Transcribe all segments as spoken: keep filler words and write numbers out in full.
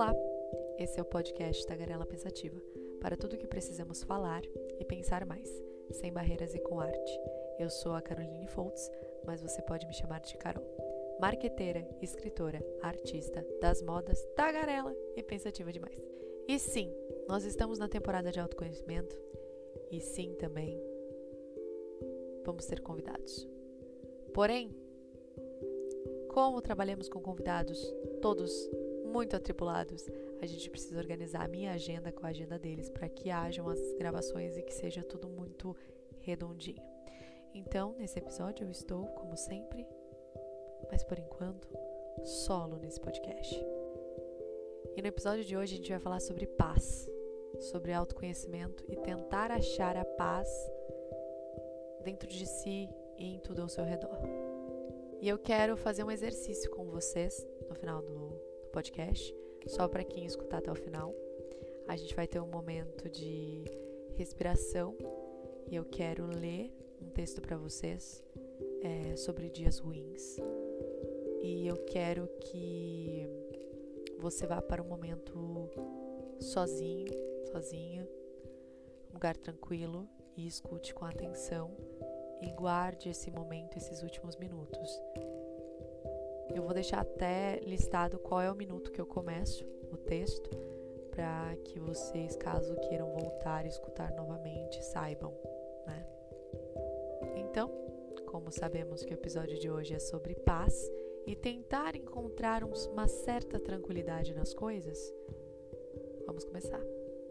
Olá, esse é o podcast Tagarela Pensativa, para tudo que precisamos falar e pensar mais, sem barreiras e com arte. Eu sou a Caroline Foltz, mas você pode me chamar de Carol. Marqueteira, escritora, artista, das modas, tagarela e pensativa demais. E sim, nós estamos na temporada de autoconhecimento e sim também vamos ter convidados. Porém, como trabalhamos com convidados todos muito atribulados, a gente precisa organizar a minha agenda com a agenda deles para que hajam as gravações e que seja tudo muito redondinho. Então, nesse episódio eu estou, como sempre, mas por enquanto, solo nesse podcast. E no episódio de hoje a gente vai falar sobre paz, sobre autoconhecimento e tentar achar a paz dentro de si e em tudo ao seu redor. E eu quero fazer um exercício com vocês no final do, do podcast, só para quem escutar até o final. A gente vai ter um momento de respiração e eu quero ler um texto para vocês é, sobre dias ruins. E eu quero que você vá para um momento sozinho, sozinha, um lugar tranquilo e escute com atenção. E guarde esse momento, esses últimos minutos. Eu vou deixar até listado qual é o minuto que eu começo o texto, para que vocês, caso queiram voltar e escutar novamente, saibam, né? Então, como sabemos que o episódio de hoje é sobre paz e tentar encontrar uma certa tranquilidade nas coisas, vamos começar.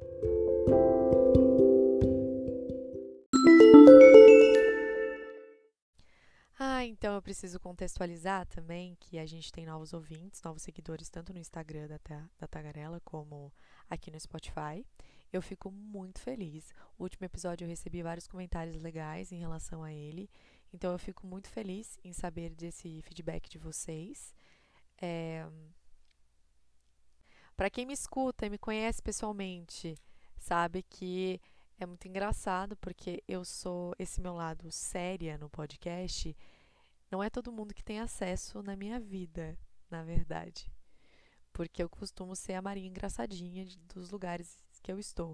Ah, então eu preciso contextualizar também que a gente tem novos ouvintes, novos seguidores, tanto no Instagram da, da Tagarela como aqui no Spotify. Eu fico muito feliz. O último episódio eu recebi vários comentários legais em relação a ele, então eu fico muito feliz em saber desse feedback de vocês. É... Para quem me escuta e me conhece pessoalmente, sabe que é muito engraçado, porque eu sou esse meu lado séria no podcast. Não é todo mundo que tem acesso na minha vida, na verdade. Porque eu costumo ser a Marinha engraçadinha dos lugares que eu estou.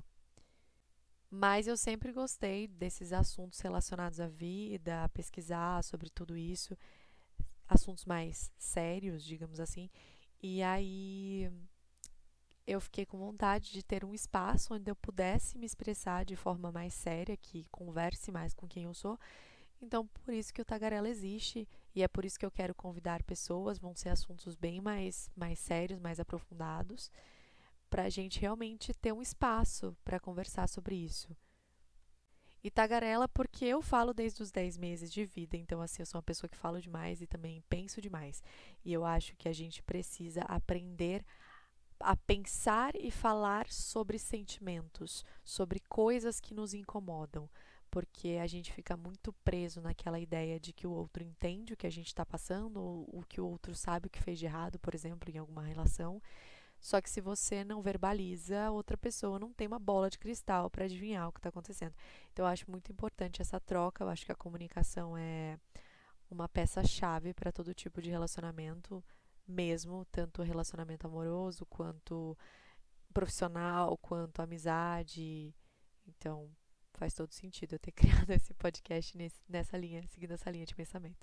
Mas eu sempre gostei desses assuntos relacionados à vida, a pesquisar sobre tudo isso. Assuntos mais sérios, digamos assim. E aí eu fiquei com vontade de ter um espaço onde eu pudesse me expressar de forma mais séria, que converse mais com quem eu sou. Então, por isso que o Tagarela existe e é por isso que eu quero convidar pessoas. Vão ser assuntos bem mais, mais sérios, mais aprofundados, para a gente realmente ter um espaço para conversar sobre isso. E Tagarela porque eu falo desde os dez meses de vida, então assim, eu sou uma pessoa que falo demais e também penso demais. E eu acho que a gente precisa aprender a pensar e falar sobre sentimentos, sobre coisas que nos incomodam, porque a gente fica muito preso naquela ideia de que o outro entende o que a gente está passando, ou o que o outro sabe o que fez de errado, por exemplo, em alguma relação. Só que se você não verbaliza, a outra pessoa não tem uma bola de cristal para adivinhar o que está acontecendo. Então eu acho muito importante essa troca. Eu acho que a comunicação é uma peça-chave para todo tipo de relacionamento, mesmo tanto relacionamento amoroso quanto profissional, quanto amizade. Então faz todo sentido eu ter criado esse podcast nesse, nessa linha, seguindo essa linha de pensamento.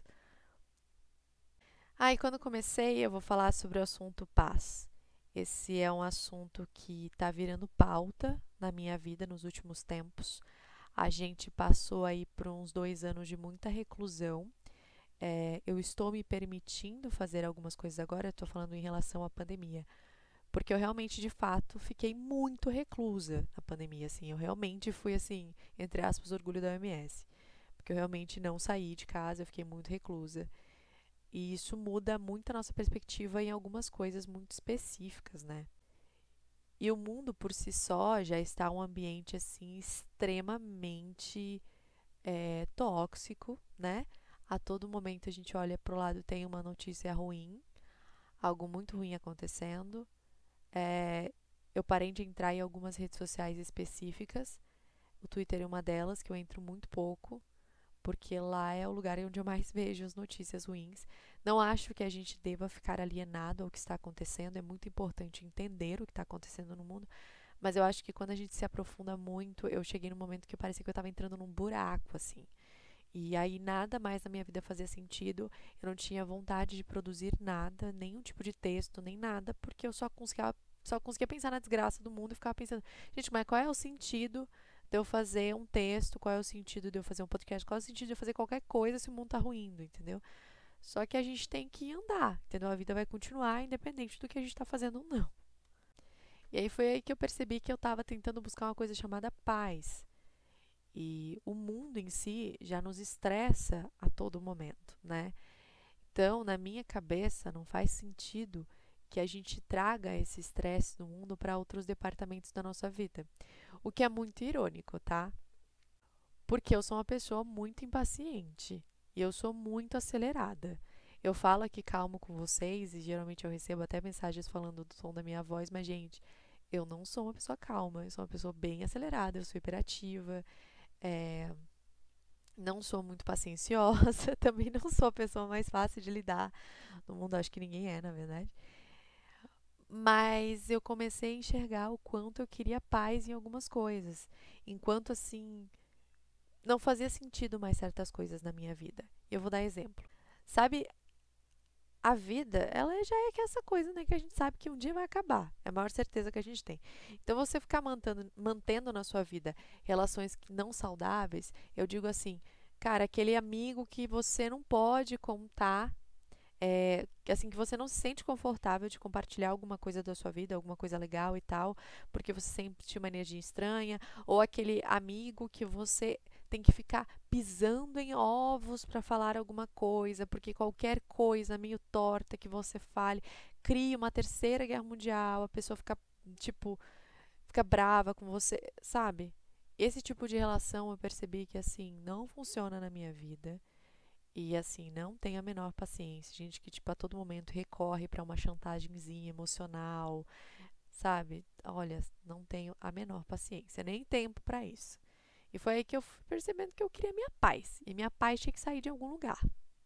Ah, e quando comecei eu vou falar sobre o assunto paz. Esse é um assunto que está virando pauta na minha vida nos últimos tempos. A gente passou aí por uns dois anos de muita reclusão. É, eu estou me permitindo fazer algumas coisas agora, eu estou falando em relação à pandemia, porque eu realmente, de fato, fiquei muito reclusa na pandemia, assim, eu realmente fui, assim, entre aspas, orgulho da O M S, porque eu realmente não saí de casa, eu fiquei muito reclusa, e isso muda muito a nossa perspectiva em algumas coisas muito específicas, né? E o mundo, por si só, já está um ambiente, assim, extremamente é, tóxico, né? A todo momento a gente olha para o lado e tem uma notícia ruim, algo muito ruim acontecendo. É, eu parei de entrar em algumas redes sociais específicas. O Twitter é uma delas, que eu entro muito pouco, porque lá é o lugar onde eu mais vejo as notícias ruins. Não acho que a gente deva ficar alienado ao que está acontecendo, é muito importante entender o que está acontecendo no mundo, mas eu acho que quando a gente se aprofunda muito, eu cheguei num momento que eu parecia que eu estava entrando num buraco, assim. E aí nada mais na minha vida fazia sentido, eu não tinha vontade de produzir nada, nenhum tipo de texto, nem nada, porque eu só conseguia, só conseguia pensar na desgraça do mundo e ficava pensando, gente, mas qual é o sentido de eu fazer um texto, qual é o sentido de eu fazer um podcast, qual é o sentido de eu fazer qualquer coisa se o mundo tá ruindo, entendeu? Só que a gente tem que andar, entendeu? A vida vai continuar independente do que a gente tá fazendo ou não. E aí foi aí que eu percebi que eu tava tentando buscar uma coisa chamada paz. E o mundo em si já nos estressa a todo momento, né? Então, na minha cabeça, não faz sentido que a gente traga esse estresse do mundo para outros departamentos da nossa vida. O que é muito irônico, tá? Porque eu sou uma pessoa muito impaciente e eu sou muito acelerada. Eu falo aqui calmo com vocês e geralmente eu recebo até mensagens falando do tom da minha voz, mas, gente, eu não sou uma pessoa calma, eu sou uma pessoa bem acelerada, eu sou hiperativa. É, não sou muito pacienciosa, também não sou a pessoa mais fácil de lidar no mundo, acho que ninguém é, na verdade. Mas eu comecei a enxergar o quanto eu queria paz em algumas coisas, enquanto assim não fazia sentido mais certas coisas na minha vida. Eu vou dar exemplo. Sabe, a vida, ela já é que essa coisa, né, que a gente sabe que um dia vai acabar. É a maior certeza que a gente tem. Então, você ficar mantendo, mantendo na sua vida relações não saudáveis, eu digo assim, cara, aquele amigo que você não pode contar, é, assim, que você não se sente confortável de compartilhar alguma coisa da sua vida, alguma coisa legal e tal, porque você sente uma energia estranha, ou aquele amigo que você tem que ficar pisando em ovos para falar alguma coisa, porque qualquer coisa meio torta que você fale cria uma terceira guerra mundial, a pessoa fica, tipo, fica brava com você, sabe? Esse tipo de relação eu percebi que, assim, não funciona na minha vida. E assim, não tem a menor paciência. Gente que, tipo, a todo momento recorre para uma chantagemzinha emocional, sabe? Olha, não tenho a menor paciência, nem tempo para isso. E foi aí que eu fui percebendo que eu queria minha paz. E minha paz tinha que sair de algum lugar.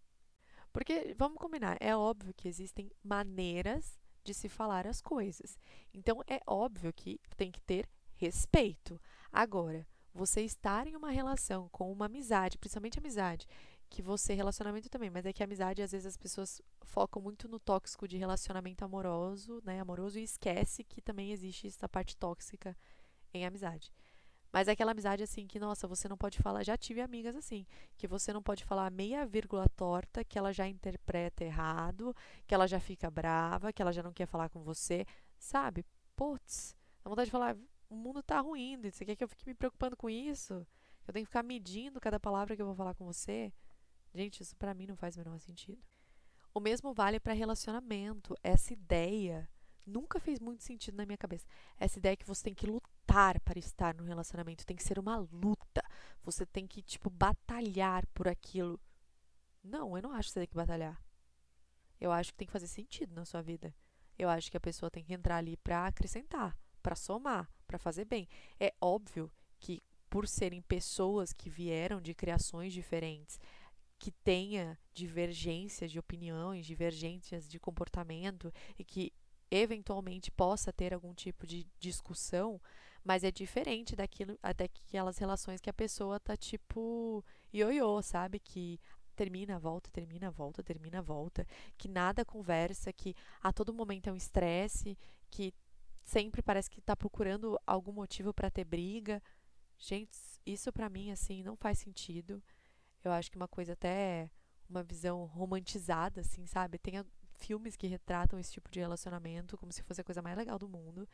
Porque, vamos combinar, é óbvio que existem maneiras de se falar as coisas. Então, é óbvio que tem que ter respeito. Agora, você estar em uma relação com uma amizade, principalmente amizade, que você, relacionamento também, mas é que a amizade, às vezes as pessoas focam muito no tóxico de relacionamento amoroso, né, amoroso, e esquece que também existe essa parte tóxica em amizade. Mas é aquela amizade assim que, nossa, você não pode falar. Já tive amigas assim, que você não pode falar meia vírgula torta, que ela já interpreta errado, que ela já fica brava, que ela já não quer falar com você, sabe? Putz, dá vontade de falar, o mundo tá ruindo, você quer que eu fique me preocupando com isso? Eu tenho que ficar medindo cada palavra que eu vou falar com você? Gente, isso pra mim não faz o menor sentido. O mesmo vale para relacionamento. Essa ideia nunca fez muito sentido na minha cabeça. Essa ideia que você tem que lutar para estar no relacionamento, tem que ser uma luta. Você tem que, tipo, batalhar por aquilo. Não, eu não acho que você tem que batalhar. Eu acho que tem que fazer sentido na sua vida. Eu acho que a pessoa tem que entrar ali para acrescentar, para somar, para fazer bem. É óbvio que por serem pessoas que vieram de criações diferentes, que tenha divergências de opiniões, divergências de comportamento e que eventualmente possa ter algum tipo de discussão, mas é diferente daquilo, daquelas relações que a pessoa tá tipo ioiô, sabe? Que termina, volta, termina, volta, termina, volta, que nada conversa, que a todo momento é um estresse, que sempre parece que tá procurando algum motivo para ter briga. Gente, isso pra mim assim não faz sentido. Eu acho que uma coisa até uma visão romantizada, assim, sabe? Tem a- filmes que retratam esse tipo de relacionamento como se fosse a coisa mais legal do mundo.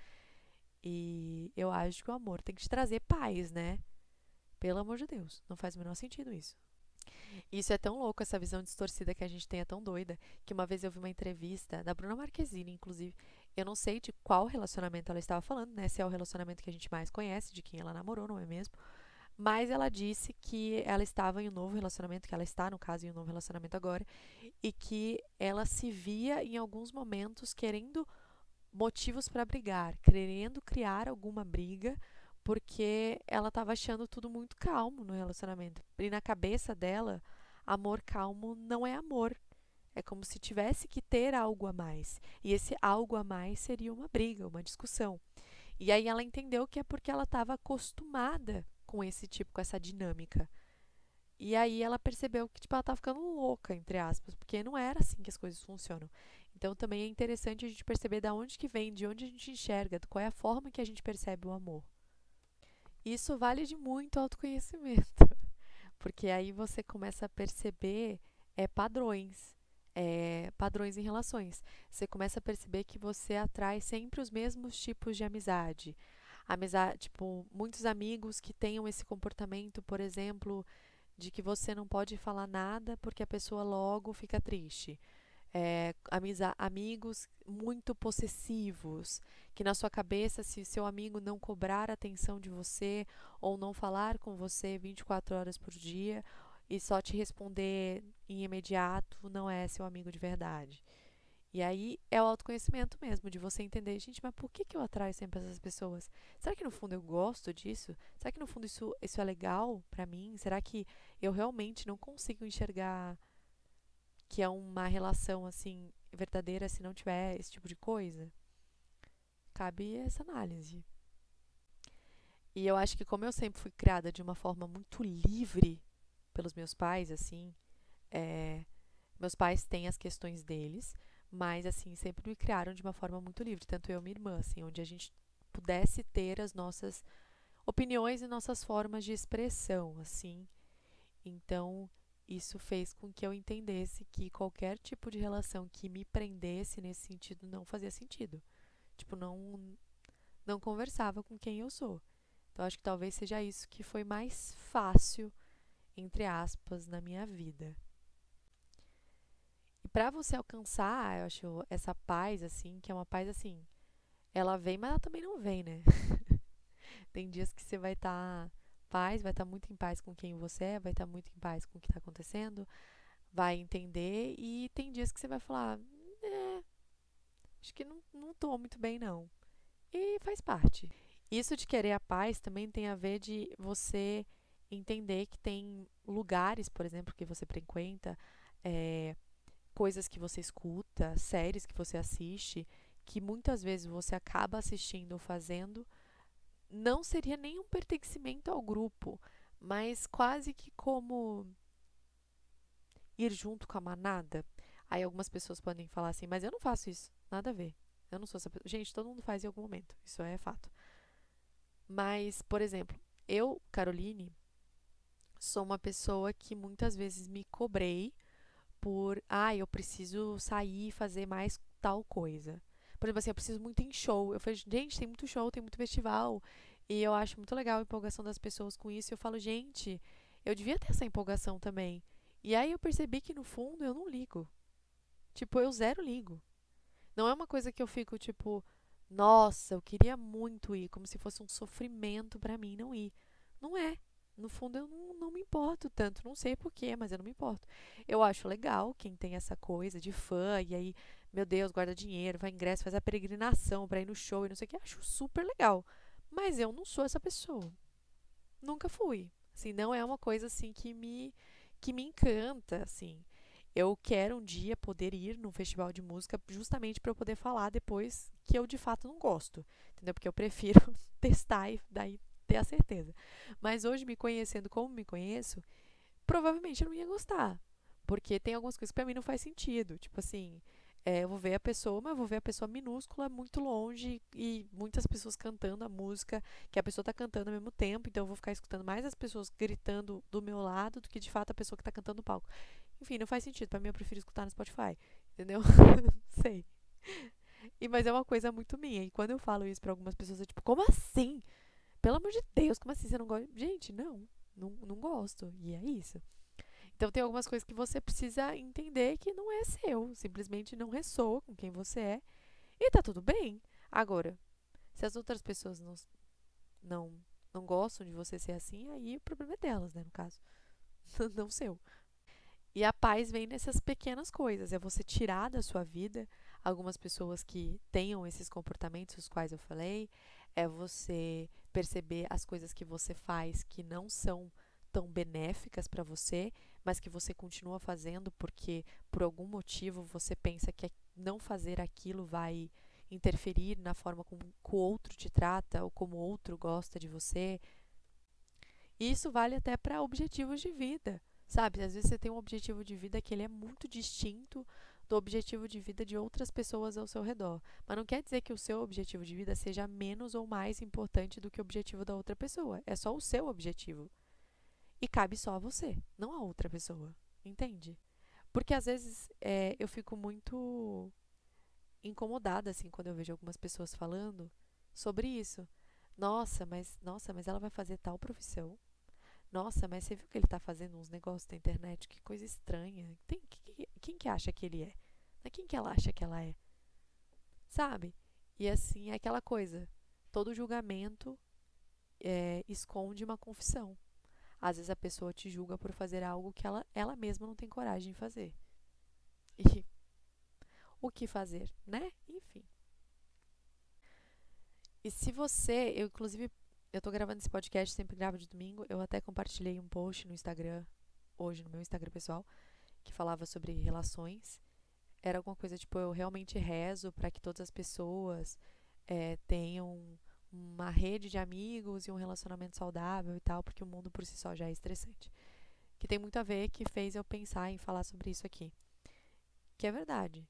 E eu acho que o amor tem que te trazer paz, né? Pelo amor de Deus, não faz o menor sentido isso. Isso é tão louco, essa visão distorcida que a gente tem é tão doida, que uma vez eu vi uma entrevista da Bruna Marquezine, inclusive. Eu não sei de qual relacionamento ela estava falando, né? Se é o relacionamento que a gente mais conhece, de quem ela namorou, não é mesmo? Mas ela disse que ela estava em um novo relacionamento, que ela está, no caso, em um novo relacionamento agora, e que ela se via em alguns momentos querendo motivos para brigar, querendo criar alguma briga, porque ela estava achando tudo muito calmo no relacionamento. E na cabeça dela, amor calmo não é amor. É como se tivesse que ter algo a mais. E esse algo a mais seria uma briga, uma discussão. E aí ela entendeu que é porque ela estava acostumada com esse tipo, com essa dinâmica. E aí ela percebeu que tipo, ela estava ficando louca, entre aspas, porque não era assim que as coisas funcionam. Então também é interessante a gente perceber de onde que vem, de onde a gente enxerga, qual é a forma que a gente percebe o amor. Isso vale de muito autoconhecimento, porque aí você começa a perceber é, padrões, é, padrões em relações. Você começa a perceber que você atrai sempre os mesmos tipos de amizade. Amizade, tipo, muitos amigos que tenham esse comportamento, por exemplo, de que você não pode falar nada porque a pessoa logo fica triste. É, amiza- amigos muito possessivos, que na sua cabeça, se seu amigo não cobrar atenção de você ou não falar com você vinte e quatro horas por dia e só te responder em imediato, não é seu amigo de verdade. E aí é o autoconhecimento mesmo, de você entender, gente, mas por que, que eu atraio sempre essas pessoas? Será que no fundo eu gosto disso? Será que no fundo isso, isso é legal pra mim? Será que eu realmente não consigo enxergar que é uma relação assim verdadeira se não tiver esse tipo de coisa? Cabe essa análise. E eu acho que como eu sempre fui criada de uma forma muito livre pelos meus pais, assim, é, meus pais têm as questões deles, mas assim sempre me criaram de uma forma muito livre, tanto eu e minha irmã, assim, onde a gente pudesse ter as nossas opiniões e nossas formas de expressão, assim. Então, isso fez com que eu entendesse que qualquer tipo de relação que me prendesse nesse sentido não fazia sentido. Tipo, não, não conversava com quem eu sou. Então, acho que talvez seja isso que foi mais fácil, entre aspas, na minha vida. E para você alcançar, eu acho, essa paz, assim, que é uma paz assim, ela vem, mas ela também não vem, né? Tem dias que você vai estar tá paz, vai estar tá muito em paz com quem você é, vai estar tá muito em paz com o que está acontecendo, vai entender, e tem dias que você vai falar, é, acho que não, não tô muito bem, não. E faz parte. Isso de querer a paz também tem a ver de você entender que tem lugares, por exemplo, que você frequenta, é, coisas que você escuta, séries que você assiste, que muitas vezes você acaba assistindo ou fazendo, não seria nenhum pertencimento ao grupo, mas quase que como ir junto com a manada. Aí algumas pessoas podem falar assim, mas eu não faço isso, nada a ver. Eu não sou essa pessoa. Gente, todo mundo faz em algum momento, isso é fato. Mas, por exemplo, eu, Caroline, sou uma pessoa que muitas vezes me cobrei por, ah, eu preciso sair e fazer mais tal coisa. Por exemplo, assim, eu preciso muito em show. Eu falei, gente, tem muito show, tem muito festival. E eu acho muito legal a empolgação das pessoas com isso. E eu falo, gente, eu devia ter essa empolgação também. E aí eu percebi que no fundo eu não ligo. Tipo, eu zero ligo. Não é uma coisa que eu fico tipo, nossa, eu queria muito ir, como se fosse um sofrimento pra mim não ir. Não é. No fundo eu não, não me importo tanto, não sei porquê, mas eu não me importo. Eu acho legal quem tem essa coisa de fã e aí, meu Deus, guarda dinheiro, vai ingresso, faz a peregrinação pra ir no show e não sei o que, acho super legal. Mas eu não sou essa pessoa. Nunca fui. Assim, não é uma coisa assim que me que me encanta, assim. Eu quero um dia poder ir num festival de música justamente para eu poder falar depois que eu de fato não gosto, entendeu? Porque eu prefiro testar e daí ter a certeza. Mas hoje, me conhecendo como me conheço, provavelmente eu não ia gostar. Porque tem algumas coisas que pra mim não faz sentido. Tipo assim, é, eu vou ver a pessoa, mas eu vou ver a pessoa minúscula, muito longe, e muitas pessoas cantando a música que a pessoa tá cantando ao mesmo tempo. Então eu vou ficar escutando mais as pessoas gritando do meu lado do que de fato a pessoa que tá cantando no palco. Enfim, não faz sentido. Pra mim, eu prefiro escutar no Spotify. Entendeu? Sei. E, mas é uma coisa muito minha. E quando eu falo isso pra algumas pessoas, é tipo, como assim? Pelo amor de Deus, como assim você não gosta? Gente, não. Não, não gosto. E é isso. Então tem algumas coisas que você precisa entender que não é seu. Simplesmente não ressoa com quem você é. E tá tudo bem. Agora, se as outras pessoas não, não, não gostam de você ser assim, aí o problema é delas, né? No caso. Não seu. E a paz vem nessas pequenas coisas. É você tirar da sua vida algumas pessoas que tenham esses comportamentos, os quais eu falei. é você perceber as coisas que você faz que não são tão benéficas para você, mas que você continua fazendo porque por algum motivo você pensa que não fazer aquilo vai interferir na forma como o outro te trata ou como o outro gosta de você. E isso vale até para objetivos de vida, sabe? Às vezes você tem um objetivo de vida que ele é muito distinto do objetivo de vida de outras pessoas ao seu redor. Mas não quer dizer que o seu objetivo de vida seja menos ou mais importante do que o objetivo da outra pessoa. É só o seu objetivo. E cabe só a você, não a outra pessoa. Entende? Porque às vezes é, eu fico muito incomodada assim quando eu vejo algumas pessoas falando sobre isso. Nossa, mas nossa, mas ela vai fazer tal profissão. Nossa, mas você viu que ele tá fazendo uns negócios na internet? Que coisa estranha. Tem, que, quem que acha que ele é? Quem que ela acha que ela é? Sabe? E assim, é aquela coisa. Todo julgamento é, esconde uma confissão. Às vezes a pessoa te julga por fazer algo que ela, ela mesma não tem coragem de fazer. E o que fazer, né? Enfim. E se você, eu inclusive, eu tô gravando esse podcast, sempre gravo de domingo, eu até compartilhei um post no Instagram, hoje no meu Instagram pessoal, que falava sobre relações. Era alguma coisa tipo, eu realmente rezo para que todas as pessoas é, tenham uma rede de amigos e um relacionamento saudável e tal, porque o mundo por si só já é estressante. Que tem muito a ver, que fez eu pensar em falar sobre isso aqui. Que é verdade.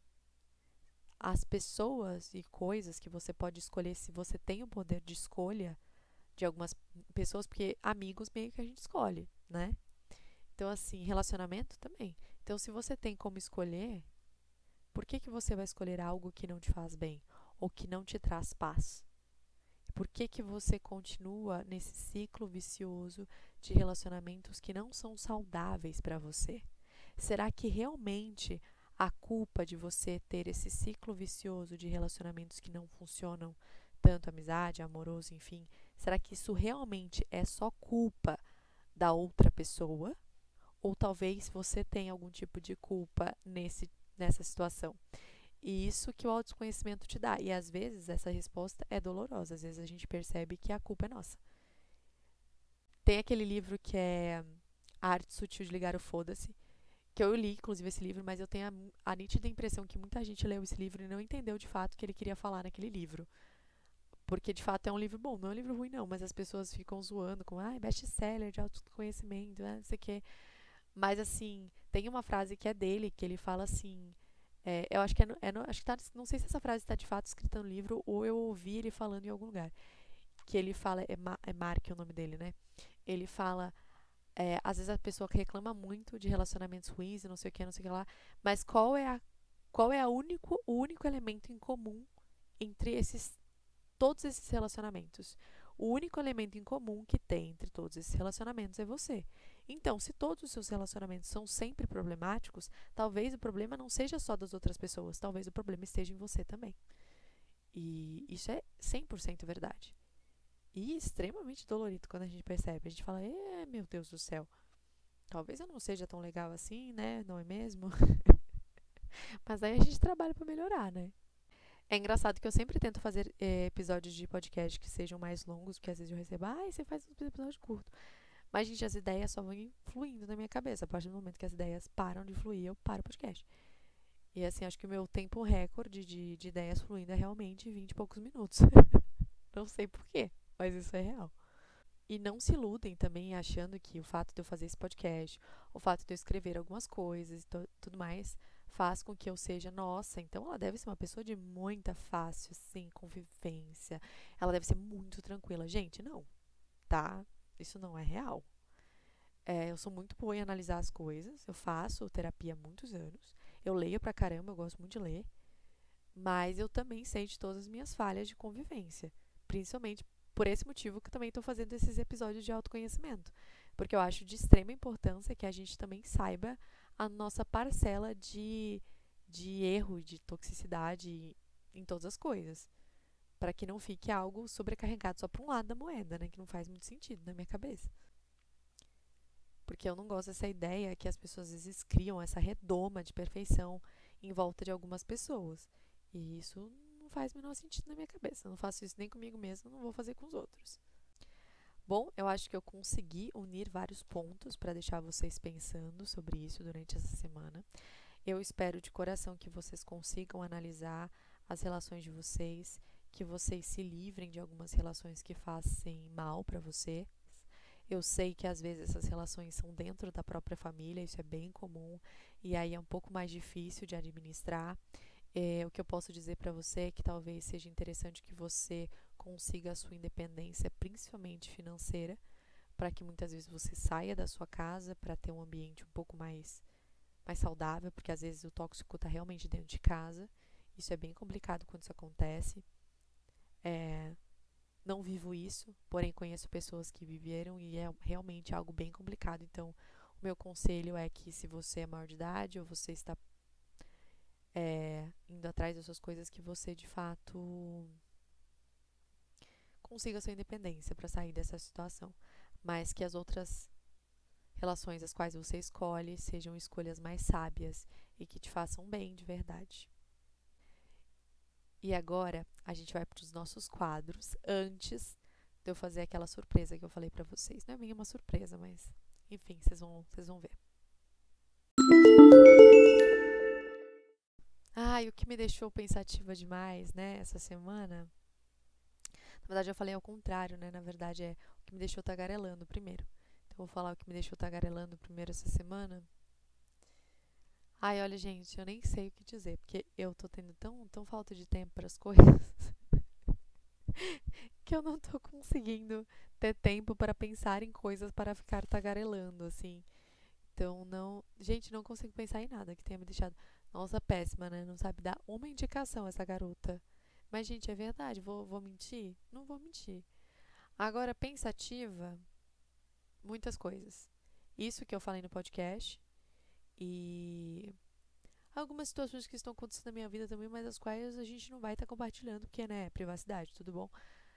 As pessoas e coisas que você pode escolher, se você tem o poder de escolha de algumas pessoas, porque amigos meio que a gente escolhe, né? Então, assim, relacionamento também. Então, se você tem como escolher, por que que você vai escolher algo que não te faz bem ou que não te traz paz? Por que que você continua nesse ciclo vicioso de relacionamentos que não são saudáveis para você? Será que realmente a culpa de você ter esse ciclo vicioso de relacionamentos que não funcionam, tanto amizade, amoroso, enfim, será que isso realmente é só culpa da outra pessoa? Ou talvez você tenha algum tipo de culpa nesse, nessa situação? E isso que o autoconhecimento te dá. E às vezes essa resposta é dolorosa. Às vezes a gente percebe que a culpa é nossa. Tem aquele livro que é A Arte Sutil de Ligar o Foda-se, que eu li, inclusive, esse livro, mas eu tenho a, a nítida impressão que muita gente leu esse livro e não entendeu de fato o que ele queria falar naquele livro. Porque, de fato, é um livro bom. Não é um livro ruim, não, mas as pessoas ficam zoando com, ah, best-seller de autoconhecimento, né, não sei o quê. Mas, assim, tem uma frase que é dele, que ele fala assim, é, eu acho que é, no, é no, acho que tá, não sei se essa frase está de fato escrita no livro ou eu ouvi ele falando em algum lugar. Que ele fala, é, Ma, é Mark o nome dele, né? Ele fala, é, às vezes a pessoa reclama muito de relacionamentos ruins e não sei o que, não sei o que lá, mas qual é a qual é a único, o único elemento em comum entre esses todos esses relacionamentos? O único elemento em comum que tem entre todos esses relacionamentos é você. Então, se todos os seus relacionamentos são sempre problemáticos, talvez o problema não seja só das outras pessoas, talvez o problema esteja em você também. E isso é cem por cento verdade. E extremamente dolorido quando a gente percebe. A gente fala, é, meu Deus do céu, talvez eu não seja tão legal assim, né? Não é mesmo? Mas aí a gente trabalha pra melhorar, né? É engraçado que eu sempre tento fazer eh, episódios de podcast que sejam mais longos, porque às vezes eu recebo, ah, você faz um episódio curto. Mas, gente, as ideias só vão fluindo na minha cabeça. A partir do momento que as ideias param de fluir, eu paro o podcast. E assim, acho que o meu tempo recorde de, de ideias fluindo é realmente vinte e poucos minutos. Não sei porquê, mas isso é real. E não se iludem também achando que o fato de eu fazer esse podcast, o fato de eu escrever algumas coisas e tudo mais, faz com que eu seja, nossa, então ela deve ser uma pessoa de muita fácil, assim, convivência. Ela deve ser muito tranquila. Gente, não, tá? Isso não é real. É, eu sou muito boa em analisar as coisas, eu faço terapia há muitos anos, eu leio pra caramba, eu gosto muito de ler, mas eu também sei de todas as minhas falhas de convivência, principalmente por esse motivo que também estou fazendo esses episódios de autoconhecimento, porque eu acho de extrema importância que a gente também saiba a nossa parcela de, de erro e de toxicidade em todas as coisas, para que não fique algo sobrecarregado só para um lado da moeda, né, que não faz muito sentido na minha cabeça. Porque eu não gosto dessa ideia que as pessoas às vezes criam essa redoma de perfeição em volta de algumas pessoas. E isso faz o menor sentido na minha cabeça. Eu não faço isso nem comigo mesma, não vou fazer com os outros. Bom, eu acho que eu consegui unir vários pontos para deixar vocês pensando sobre isso durante essa semana. Eu espero de coração que vocês consigam analisar as relações de vocês, que vocês se livrem de algumas relações que fazem mal para você. Eu sei que às vezes essas relações são dentro da própria família, isso é bem comum, e aí é um pouco mais difícil de administrar. É, o que eu posso dizer para você é que talvez seja interessante que você consiga a sua independência, principalmente financeira, para que muitas vezes você saia da sua casa para ter um ambiente um pouco mais, mais saudável, porque às vezes o tóxico está realmente dentro de casa. Isso é bem complicado quando isso acontece. É, não vivo isso, porém conheço pessoas que viveram e é realmente algo bem complicado. Então, o meu conselho é que se você é maior de idade ou você está é, indo atrás das suas coisas, que você de fato consiga a sua independência para sair dessa situação, mas que as outras relações as quais você escolhe sejam escolhas mais sábias e que te façam bem de verdade. E agora a gente vai para os nossos quadros, antes de eu fazer aquela surpresa que eu falei para vocês. Não é bem uma surpresa, mas enfim, vocês vão, vocês vão ver. Ah, e o que me deixou pensativa demais, né, essa semana? Na verdade, eu falei ao contrário, né? Na verdade, é o que me deixou tagarelando primeiro. Então, eu vou falar o que me deixou tagarelando primeiro essa semana. Ai, olha, gente, eu nem sei o que dizer, porque eu tô tendo tão, tão falta de tempo para as coisas que eu não tô conseguindo ter tempo para pensar em coisas para ficar tagarelando, assim. Então, não... Gente, não consigo pensar em nada que tenha me deixado... Nossa, péssima, né? Não sabe dar uma indicação essa garota. Mas, gente, é verdade. Vou, vou mentir? Não vou mentir. Agora, pensativa, muitas coisas. Isso que eu falei no podcast e algumas situações que estão acontecendo na minha vida também, mas as quais a gente não vai estar tá compartilhando, porque, né, privacidade, tudo bom?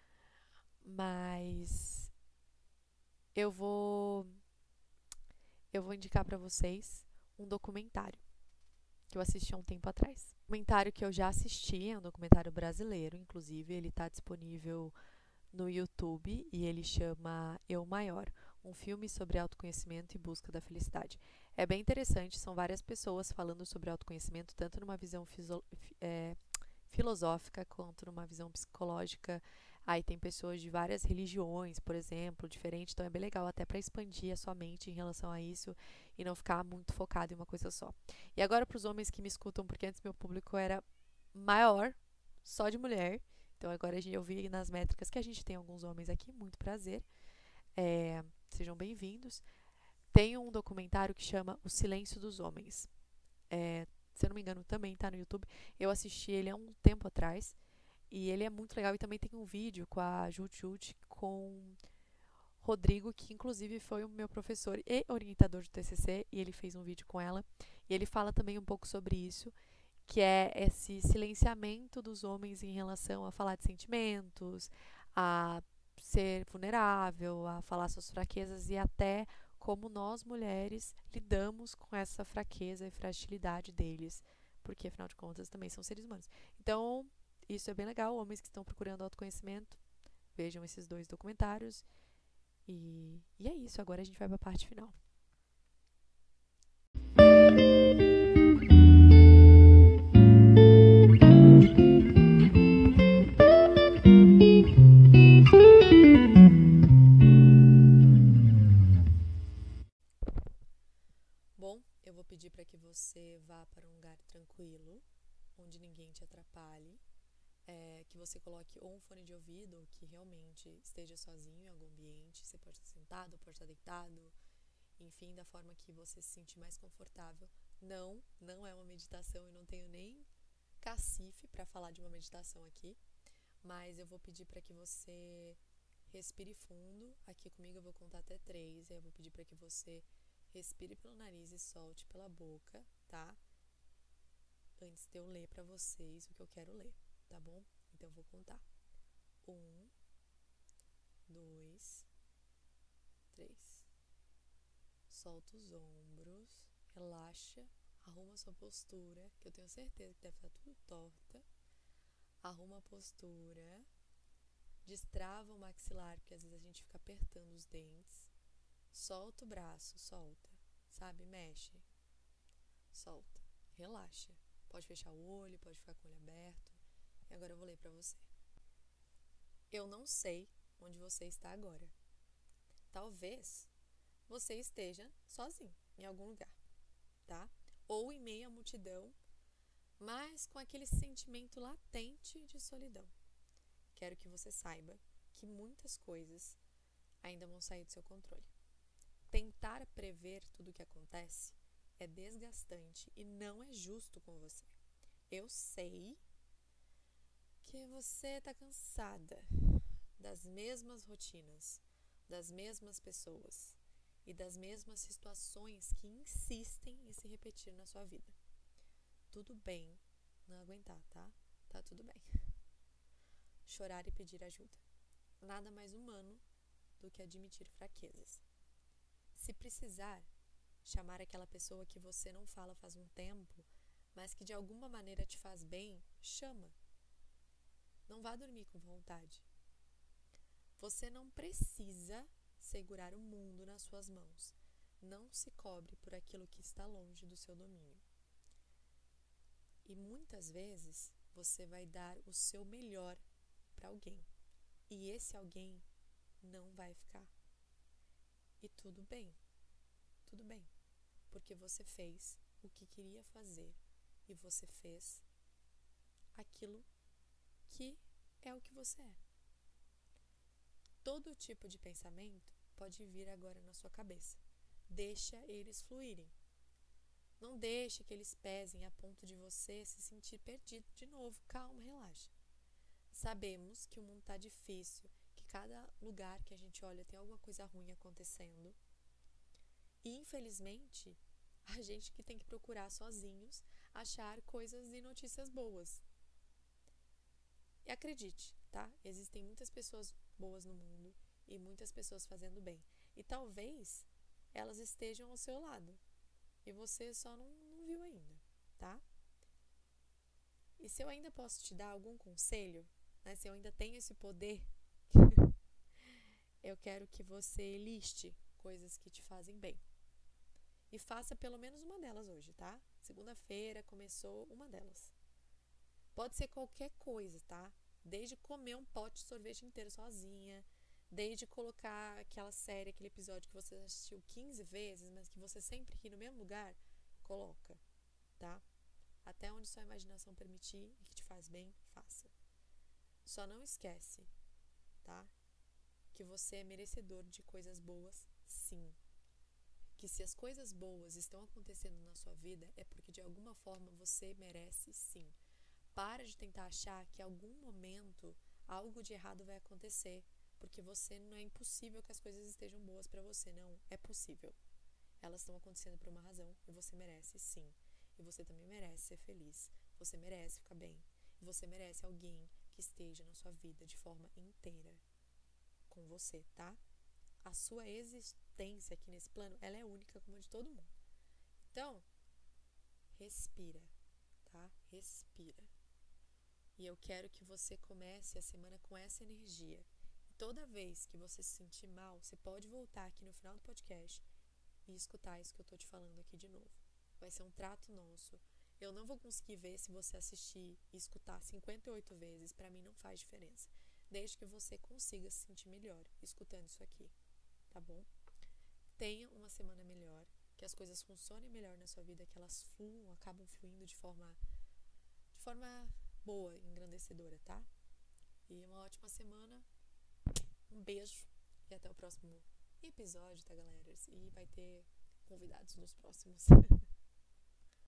Mas eu vou eu vou indicar para vocês um documentário que eu assisti há um tempo atrás. Um documentário que eu já assisti, é um documentário brasileiro, inclusive, ele está disponível no YouTube e ele chama Eu Maior, um filme sobre autoconhecimento e busca da felicidade. É bem interessante, são várias pessoas falando sobre autoconhecimento, tanto numa visão fiso- é, filosófica quanto numa visão psicológica. Aí tem pessoas de várias religiões, por exemplo, diferente, então é bem legal até para expandir a sua mente em relação a isso e não ficar muito focado em uma coisa só. E agora para os homens que me escutam, porque antes meu público era maior, só de mulher, então agora eu vi nas métricas que a gente tem alguns homens aqui, muito prazer. É, sejam bem-vindos. Tem um documentário que chama O Silêncio dos Homens. É, se eu não me engano, também está no YouTube. Eu assisti ele há um tempo atrás e ele é muito legal. E também tem um vídeo com a Jut Jut, com Rodrigo, que inclusive foi o meu professor e orientador do T C C, e ele fez um vídeo com ela. E ele fala também um pouco sobre isso, que é esse silenciamento dos homens em relação a falar de sentimentos, a ser vulnerável, a falar suas fraquezas e até como nós mulheres lidamos com essa fraqueza e fragilidade deles, porque afinal de contas também são seres humanos. Então, isso é bem legal, homens que estão procurando autoconhecimento, vejam esses dois documentários. E, e é isso, agora a gente vai para a parte final. Bom, eu vou pedir para que você vá para um lugar tranquilo, onde ninguém te atrapalhe, é, que você coloque ou um fone de ouvido, ou que realmente esteja sozinho em algum ambiente. Você pode estar sentado, pode estar deitado, enfim, da forma que você se sentir mais confortável. Não, não é uma meditação, eu não tenho nem cacife para falar de uma meditação aqui, mas eu vou pedir para que você respire fundo. Aqui comigo eu vou contar até três, e eu vou pedir para que você respire pelo nariz e solte pela boca, tá? Antes de eu ler pra vocês o que eu quero ler, tá bom? Então eu vou contar. Um, dois, três. Solta os ombros, relaxa, arruma sua postura, que eu tenho certeza que deve estar tudo torta. arruma a postura, destrava o maxilar, porque às vezes a gente fica apertando os dentes, solta o braço, solta, sabe? Mexe, solta, relaxa. Pode fechar o olho, pode ficar com o olho aberto. E agora eu vou ler pra você. Eu não sei onde você está agora. Talvez você esteja sozinho em algum lugar, tá? Ou em meio à multidão, mas com aquele sentimento latente de solidão. Quero que você saiba que muitas coisas ainda vão sair do seu controle. Tentar prever tudo o que acontece é desgastante e não é justo com você. Eu sei que você está cansada das mesmas rotinas, das mesmas pessoas e das mesmas situações que insistem em se repetir na sua vida. Tudo bem não aguentar, tá? Tá tudo bem. Chorar e pedir ajuda. Nada mais humano do que admitir fraquezas. Se precisar, chamar aquela pessoa que você não fala faz um tempo, mas que de alguma maneira te faz bem, chama. Não vá dormir com vontade. Você não precisa segurar o mundo nas suas mãos. Não se cobre por aquilo que está longe do seu domínio. E muitas vezes você vai dar o seu melhor para alguém. E esse alguém não vai ficar. E tudo bem. Tudo bem. Porque você fez o que queria fazer. E você fez aquilo que é o que você é. Todo tipo de pensamento pode vir agora na sua cabeça. Deixa eles fluírem. Não deixe que eles pesem a ponto de você se sentir perdido de novo. Calma, relaxa. Sabemos que o mundo está difícil, que cada lugar que a gente olha tem alguma coisa ruim acontecendo. E, infelizmente, a gente que tem que procurar sozinhos achar coisas e notícias boas. E acredite, tá? Existem muitas pessoas boas no mundo e muitas pessoas fazendo bem. E talvez elas estejam ao seu lado e você só não, não viu ainda, tá? E se eu ainda posso te dar algum conselho, né? Se eu ainda tenho esse poder, eu quero que você liste coisas que te fazem bem. E faça pelo menos uma delas hoje, tá? Segunda-feira começou uma delas. Pode ser qualquer coisa, tá? Desde comer um pote de sorvete inteiro sozinha, desde colocar aquela série, aquele episódio que você assistiu quinze vezes, mas que você sempre ri no mesmo lugar, coloca, tá? Até onde sua imaginação permitir e que te faz bem, faça. Só não esquece, tá? Que você é merecedor de coisas boas, sim. Que se as coisas boas estão acontecendo na sua vida, é porque de alguma forma você merece, sim. Para de tentar achar que em algum momento algo de errado vai acontecer, porque você não é impossível que as coisas estejam boas para você, não, é possível. Elas estão acontecendo por uma razão e você merece, sim. E você também merece ser feliz, você merece ficar bem, e você merece alguém que esteja na sua vida de forma inteira com você, tá? A sua existência aqui nesse plano, ela é única como a de todo mundo. Então, respira, tá? Respira. E eu quero que você comece a semana com essa energia. E toda vez que você se sentir mal, você pode voltar aqui no final do podcast e escutar isso que eu tô te falando aqui de novo. Vai ser um trato nosso. Eu não vou conseguir ver se você assistir e escutar cinquenta e oito vezes. Pra mim não faz diferença. Desde que você consiga se sentir melhor escutando isso aqui. Tá bom? Tenha uma semana melhor. Que as coisas funcionem melhor na sua vida. Que elas fluam, acabam fluindo de forma... De forma... boa, engrandecedora, tá? E uma ótima semana, um beijo e até o próximo episódio, tá, galera? E vai ter convidados nos próximos.